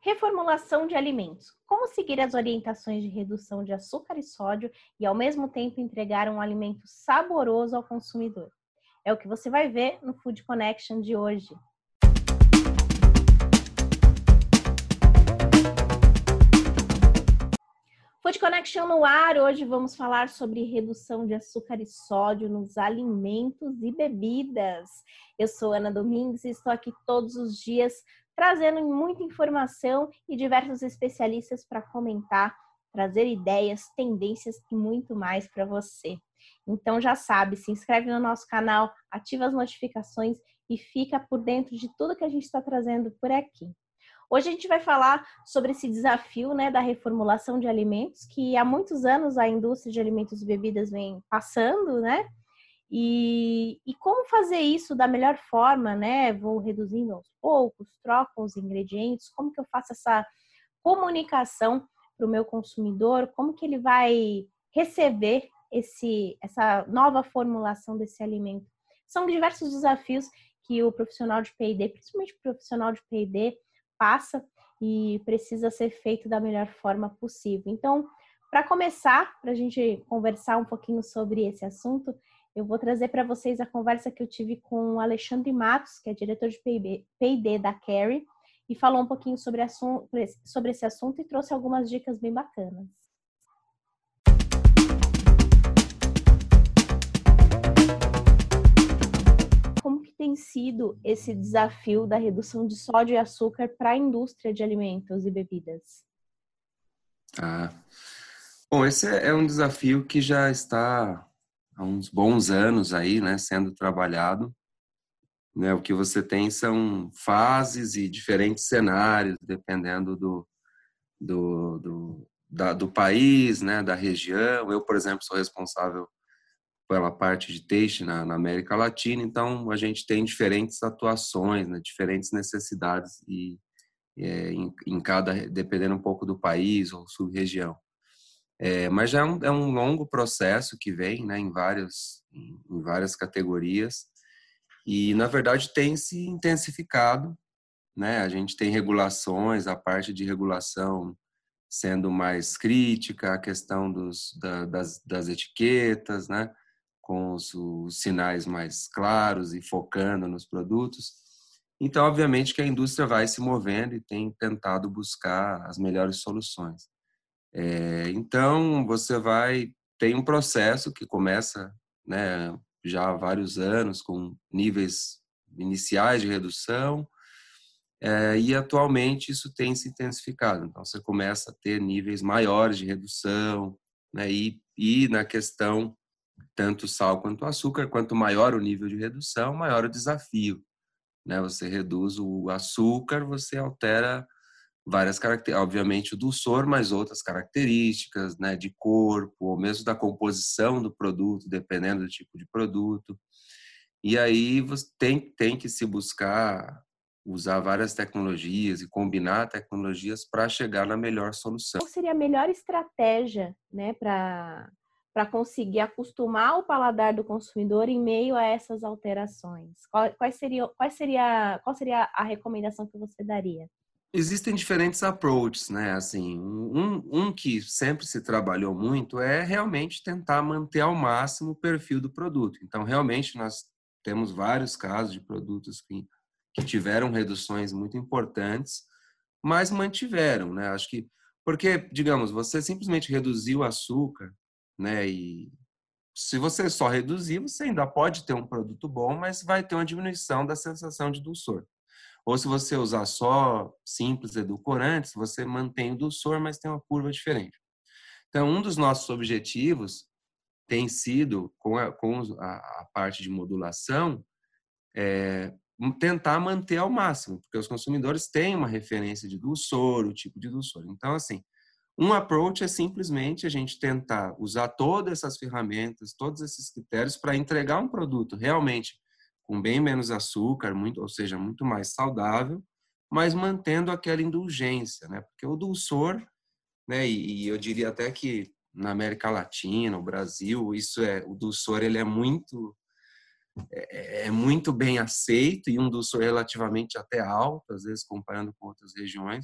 Reformulação de alimentos. Como seguir as orientações de redução de açúcar e sódio e, ao mesmo tempo, entregar um alimento saboroso ao consumidor? É o que você vai ver no Food Connection de hoje. Food Connection no ar. Hoje vamos falar sobre redução de açúcar e sódio nos alimentos e bebidas. Eu sou Ana Domingues e estou aqui todos os dias trazendo muita informação e diversos especialistas para comentar, trazer ideias, tendências e muito mais para você. Então já sabe, se inscreve no nosso canal, ativa as notificações e fica por dentro de tudo que a gente está trazendo por aqui. Hoje a gente vai falar sobre esse desafio, da reformulação de alimentos, que há muitos anos a indústria de alimentos e bebidas vem passando, E como fazer isso da melhor forma, Vou reduzindo aos poucos, troco os ingredientes, como que eu faço essa comunicação para o meu consumidor, como que ele vai receber essa nova formulação desse alimento. São diversos desafios que o profissional de P&D, principalmente o profissional de P&D, passa e precisa ser feito da melhor forma possível. Então, para começar, para a gente conversar um pouquinho sobre esse assunto, eu vou trazer para vocês a conversa que eu tive com o Alexandre Matos, que é diretor de P&D da Kerry, e falou um pouquinho sobre esse assunto e trouxe algumas dicas bem bacanas. Como que tem sido esse desafio da redução de sódio e açúcar para a indústria de alimentos e bebidas? Bom, esse é um desafio que já está há uns bons anos aí, sendo trabalhado. O que você tem são fases e diferentes cenários, dependendo do país, da região. Eu, por exemplo, sou responsável pela parte de taste na América Latina, então a gente tem diferentes atuações, diferentes necessidades em cada, dependendo um pouco do país ou sub-região. Mas já é um longo processo que vem, em várias categorias e, na verdade, tem se intensificado, A gente tem regulações, a parte de regulação sendo mais crítica, a questão das etiquetas, com os sinais mais claros e focando nos produtos. Então, obviamente, que a indústria vai se movendo e tem tentado buscar as melhores soluções. Então, tem um processo que começa, já há vários anos, com níveis iniciais de redução, e atualmente isso tem se intensificado. Então, você começa a ter níveis maiores de redução, e na questão tanto sal quanto açúcar, quanto maior o nível de redução, maior o desafio. Você reduz o açúcar, você altera várias características, obviamente o dulçor, mas outras características, de corpo, ou mesmo da composição do produto, dependendo do tipo de produto. E aí você tem que se buscar usar várias tecnologias e combinar tecnologias para chegar na melhor solução. Qual seria a melhor estratégia, para conseguir acostumar o paladar do consumidor em meio a essas alterações? Qual seria a recomendação que você daria? Existem diferentes approaches, Assim, um que sempre se trabalhou muito é realmente tentar manter ao máximo o perfil do produto. Então, realmente, nós temos vários casos de produtos que tiveram reduções muito importantes, mas mantiveram, Acho que, porque, digamos, você simplesmente reduziu o açúcar, E se você só reduzir, você ainda pode ter um produto bom, mas vai ter uma diminuição da sensação de dulçor. Ou se você usar só simples edulcorantes, você mantém o dulçor, mas tem uma curva diferente. Então, um dos nossos objetivos tem sido, com a parte de modulação, tentar manter ao máximo, porque os consumidores têm uma referência de dulçor, o tipo de dulçor. Então, assim, um approach é simplesmente a gente tentar usar todas essas ferramentas, todos esses critérios para entregar um produto realmente com bem menos açúcar, ou seja, muito mais saudável, mas mantendo aquela indulgência, Porque o dulçor, e eu diria até que na América Latina, no Brasil, o dulçor ele é muito bem aceito e um dulçor relativamente até alto, às vezes comparando com outras regiões.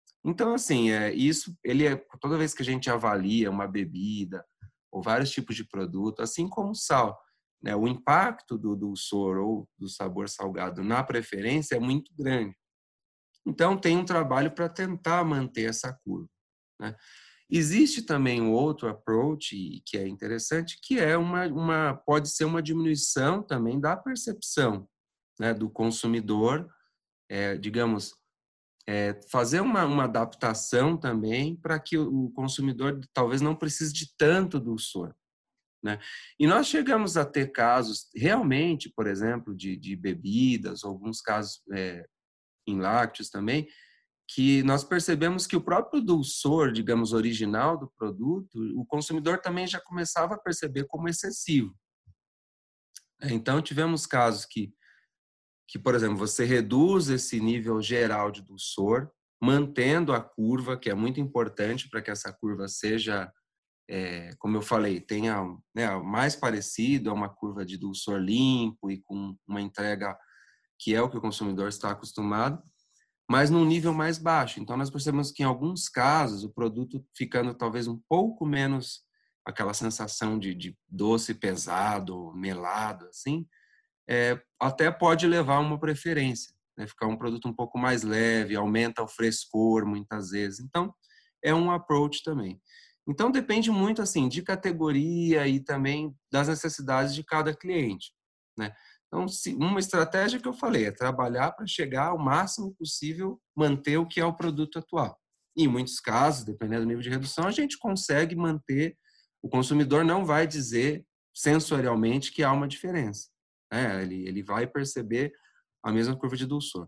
Então, assim, isso, toda vez que a gente avalia uma bebida ou vários tipos de produto, assim como o sal, né, o impacto do dulçor ou do sabor salgado na preferência é muito grande. Então, tem um trabalho para tentar manter essa curva, né? Existe também um outro approach que é interessante, que é pode ser uma diminuição também da percepção, né, do consumidor, digamos, fazer uma adaptação também para que o consumidor talvez não precise de tanto dulçor, né? E nós chegamos a ter casos realmente, por exemplo, de bebidas, alguns casos em lácteos também, que nós percebemos que o próprio dulçor, digamos, original do produto, o consumidor também já começava a perceber como excessivo. Então, tivemos casos por exemplo, você reduz esse nível geral de dulçor, mantendo a curva, que é muito importante para que essa curva seja, como eu falei, tenha, né, mais parecido a uma curva de dulçor limpo e com uma entrega que é o que o consumidor está acostumado, mas num nível mais baixo. Então, nós percebemos que, em alguns casos, o produto ficando talvez um pouco menos aquela sensação de doce pesado, melado, assim, até pode levar a uma preferência, né? Ficar um produto um pouco mais leve, aumenta o frescor muitas vezes. Então, é um approach também. Então, depende muito assim de categoria e também das necessidades de cada cliente, né? Então, uma estratégia que eu falei é trabalhar para chegar ao máximo possível, manter o que é o produto atual. E, em muitos casos, dependendo do nível de redução, a gente consegue manter, o consumidor não vai dizer sensorialmente que há uma diferença. Ele vai perceber a mesma curva de dulçor.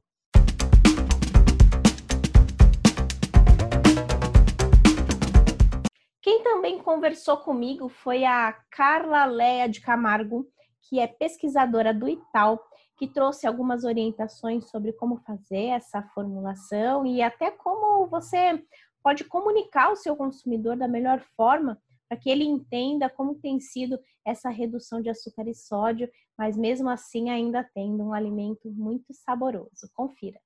Quem também conversou comigo foi a Carla Lea de Camargo, que é pesquisadora do Itaú, que trouxe algumas orientações sobre como fazer essa formulação e até como você pode comunicar ao seu consumidor da melhor forma para que ele entenda como tem sido essa redução de açúcar e sódio, mas mesmo assim ainda tendo um alimento muito saboroso. Confira.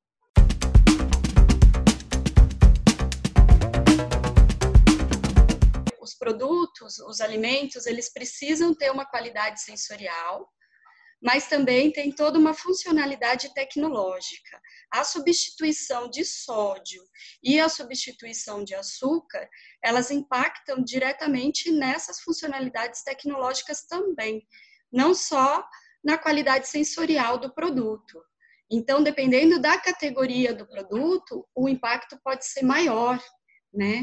Os produtos, os alimentos, eles precisam ter uma qualidade sensorial, mas também tem toda uma funcionalidade tecnológica. A substituição de sódio e a substituição de açúcar, elas impactam diretamente nessas funcionalidades tecnológicas também, não só na qualidade sensorial do produto. Então, dependendo da categoria do produto, o impacto pode ser maior, né?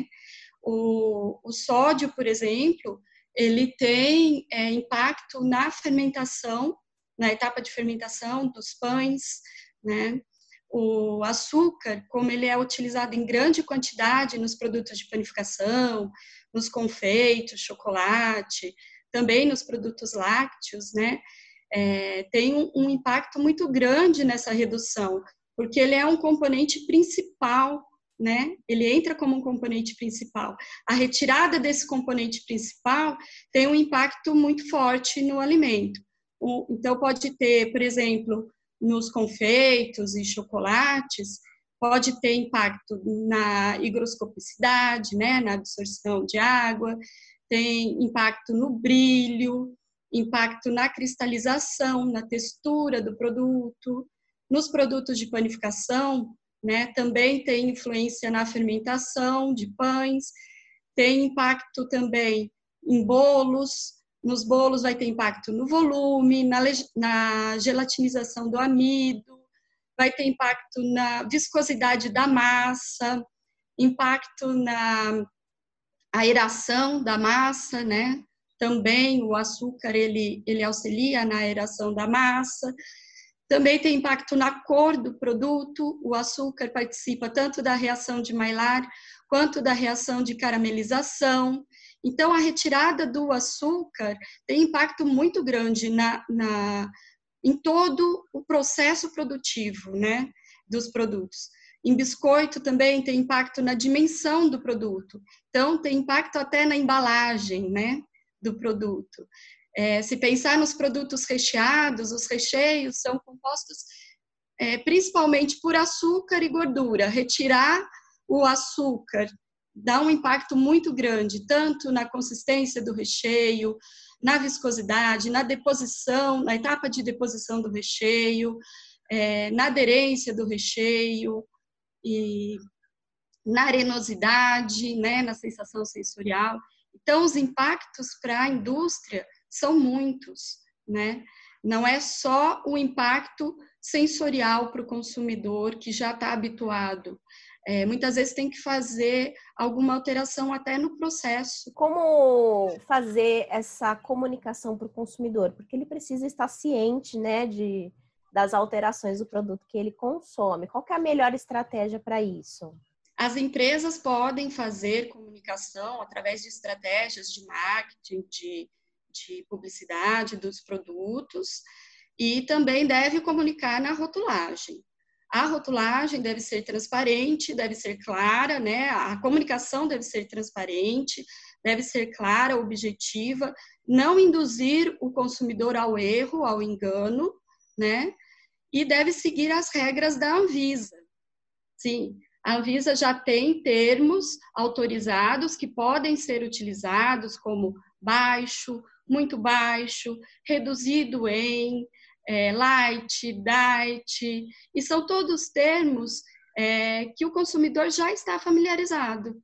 O sódio, por exemplo, ele tem impacto na fermentação, na etapa de fermentação dos pães, né? O açúcar, como ele é utilizado em grande quantidade nos produtos de panificação, nos confeitos, chocolate, também nos produtos lácteos, né? Tem um impacto muito grande nessa redução, porque ele é um componente principal, né? Ele entra como um componente principal. A retirada desse componente principal tem um impacto muito forte no alimento. Então, pode ter, por exemplo, nos confeitos e chocolates, pode ter impacto na higroscopicidade, né, na absorção de água, tem impacto no brilho, impacto na cristalização, na textura do produto. Nos produtos de panificação, né, também tem influência na fermentação de pães, tem impacto também em bolos. Nos bolos vai ter impacto no volume, na gelatinização do amido, vai ter impacto na viscosidade da massa, impacto na aeração da massa, né? Também o açúcar, ele auxilia na aeração da massa. Também tem impacto na cor do produto, o açúcar participa tanto da reação de Maillard quanto da reação de caramelização. Então, a retirada do açúcar tem impacto muito grande em todo o processo produtivo, né, dos produtos. Em biscoito também tem impacto na dimensão do produto. Então, tem impacto até na embalagem, né, do produto. Se pensar nos produtos recheados, os recheios são compostos principalmente por açúcar e gordura. Retirar O açúcar dá um impacto muito grande, tanto na consistência do recheio, na viscosidade, na deposição, na etapa de deposição do recheio, na aderência do recheio e na arenosidade, né, na sensação sensorial. Então, os impactos para a indústria são muitos, né? Não é só o impacto sensorial para o consumidor que já está habituado. Muitas vezes tem que fazer alguma alteração até no processo. Como fazer essa comunicação para o consumidor? Porque ele precisa estar ciente, né, das alterações do produto que ele consome. Qual que é a melhor estratégia para isso? As empresas podem fazer comunicação através de estratégias de marketing, de publicidade dos produtos, e também deve comunicar na rotulagem. A rotulagem deve ser transparente, deve ser clara, né? A comunicação deve ser transparente, deve ser clara, objetiva, não induzir o consumidor ao erro, ao engano, né? E deve seguir as regras da Anvisa. Sim, a Anvisa já tem termos autorizados que podem ser utilizados como baixo, muito baixo, reduzido em, light, diet, e são todos termos que o consumidor já está familiarizado.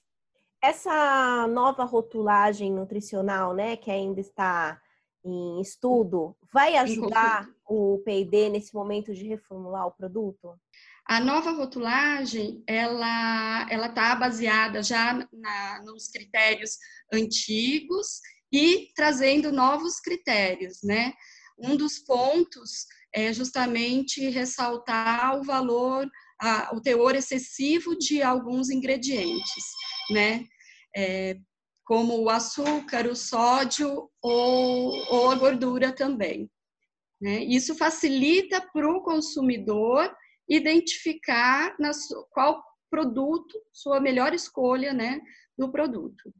Essa nova rotulagem nutricional, né, que ainda está em estudo, vai ajudar o P&D nesse momento de reformular o produto? A nova rotulagem, ela está baseada já nos critérios antigos e trazendo novos critérios, né? Um dos pontos é justamente ressaltar o valor, o teor excessivo de alguns ingredientes, né? Como o açúcar, o sódio ou a gordura também, né? Isso facilita para o consumidor identificar qual produto, sua melhor escolha, né, do produto.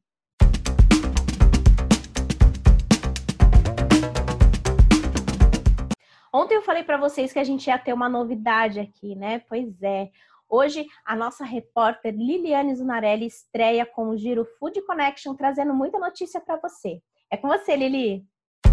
Ontem eu falei para vocês que a gente ia ter uma novidade aqui, né? Pois é. Hoje, a nossa repórter Liliane Zunarelli estreia com o Giro Food Connection, trazendo muita notícia para você. É com você, Lili!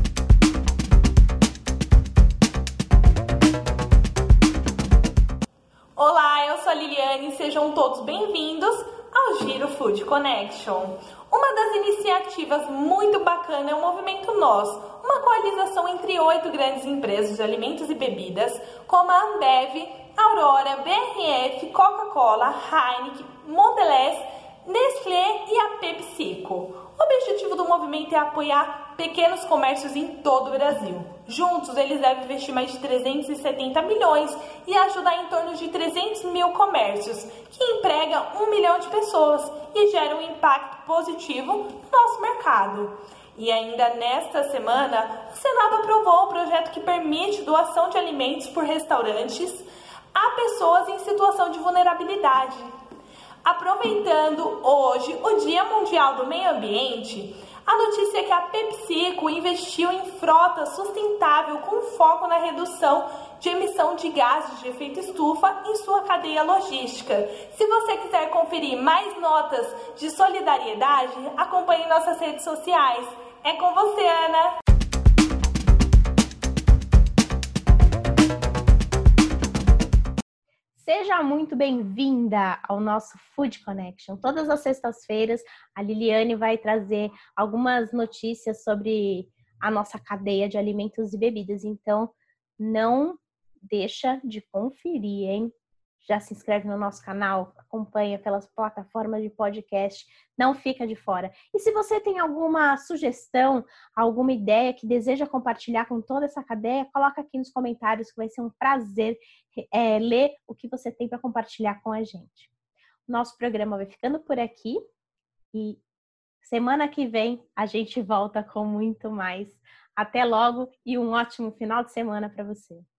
Olá, eu sou a Liliane e sejam todos bem-vindos ao Giro Food Connection. Uma das iniciativas muito bacana é o Movimento Nós, uma coalização entre 8 grandes empresas de alimentos e bebidas, como a Ambev, Aurora, BRF, Coca-Cola, Heineken, Mondelez, Nestlé e a PepsiCo. O objetivo do movimento é apoiar pequenos comércios em todo o Brasil. Juntos, eles devem investir mais de 370 milhões e ajudar em torno de 300 mil comércios, que empregam 1 milhão de pessoas e geram um impacto positivo no nosso mercado. E ainda nesta semana, o Senado aprovou um projeto que permite doação de alimentos por restaurantes a pessoas em situação de vulnerabilidade. Aproveitando hoje o Dia Mundial do Meio Ambiente, a notícia é que a PepsiCo investiu em frota sustentável com foco na redução de emissão de gases de efeito estufa em sua cadeia logística. Se você quiser conferir mais notas de solidariedade, acompanhe nossas redes sociais. É com você, Ana! Seja muito bem-vinda ao nosso Food Connection. Todas as sextas-feiras, a Liliane vai trazer algumas notícias sobre a nossa cadeia de alimentos e bebidas. Então, não deixa de conferir, hein? Já se inscreve no nosso canal, acompanha pelas plataformas de podcast, não fica de fora. E se você tem alguma sugestão, alguma ideia que deseja compartilhar com toda essa cadeia, coloca aqui nos comentários que vai ser um prazer ler o que você tem para compartilhar com a gente. Nosso programa vai ficando por aqui e semana que vem a gente volta com muito mais. Até logo e um ótimo final de semana para você.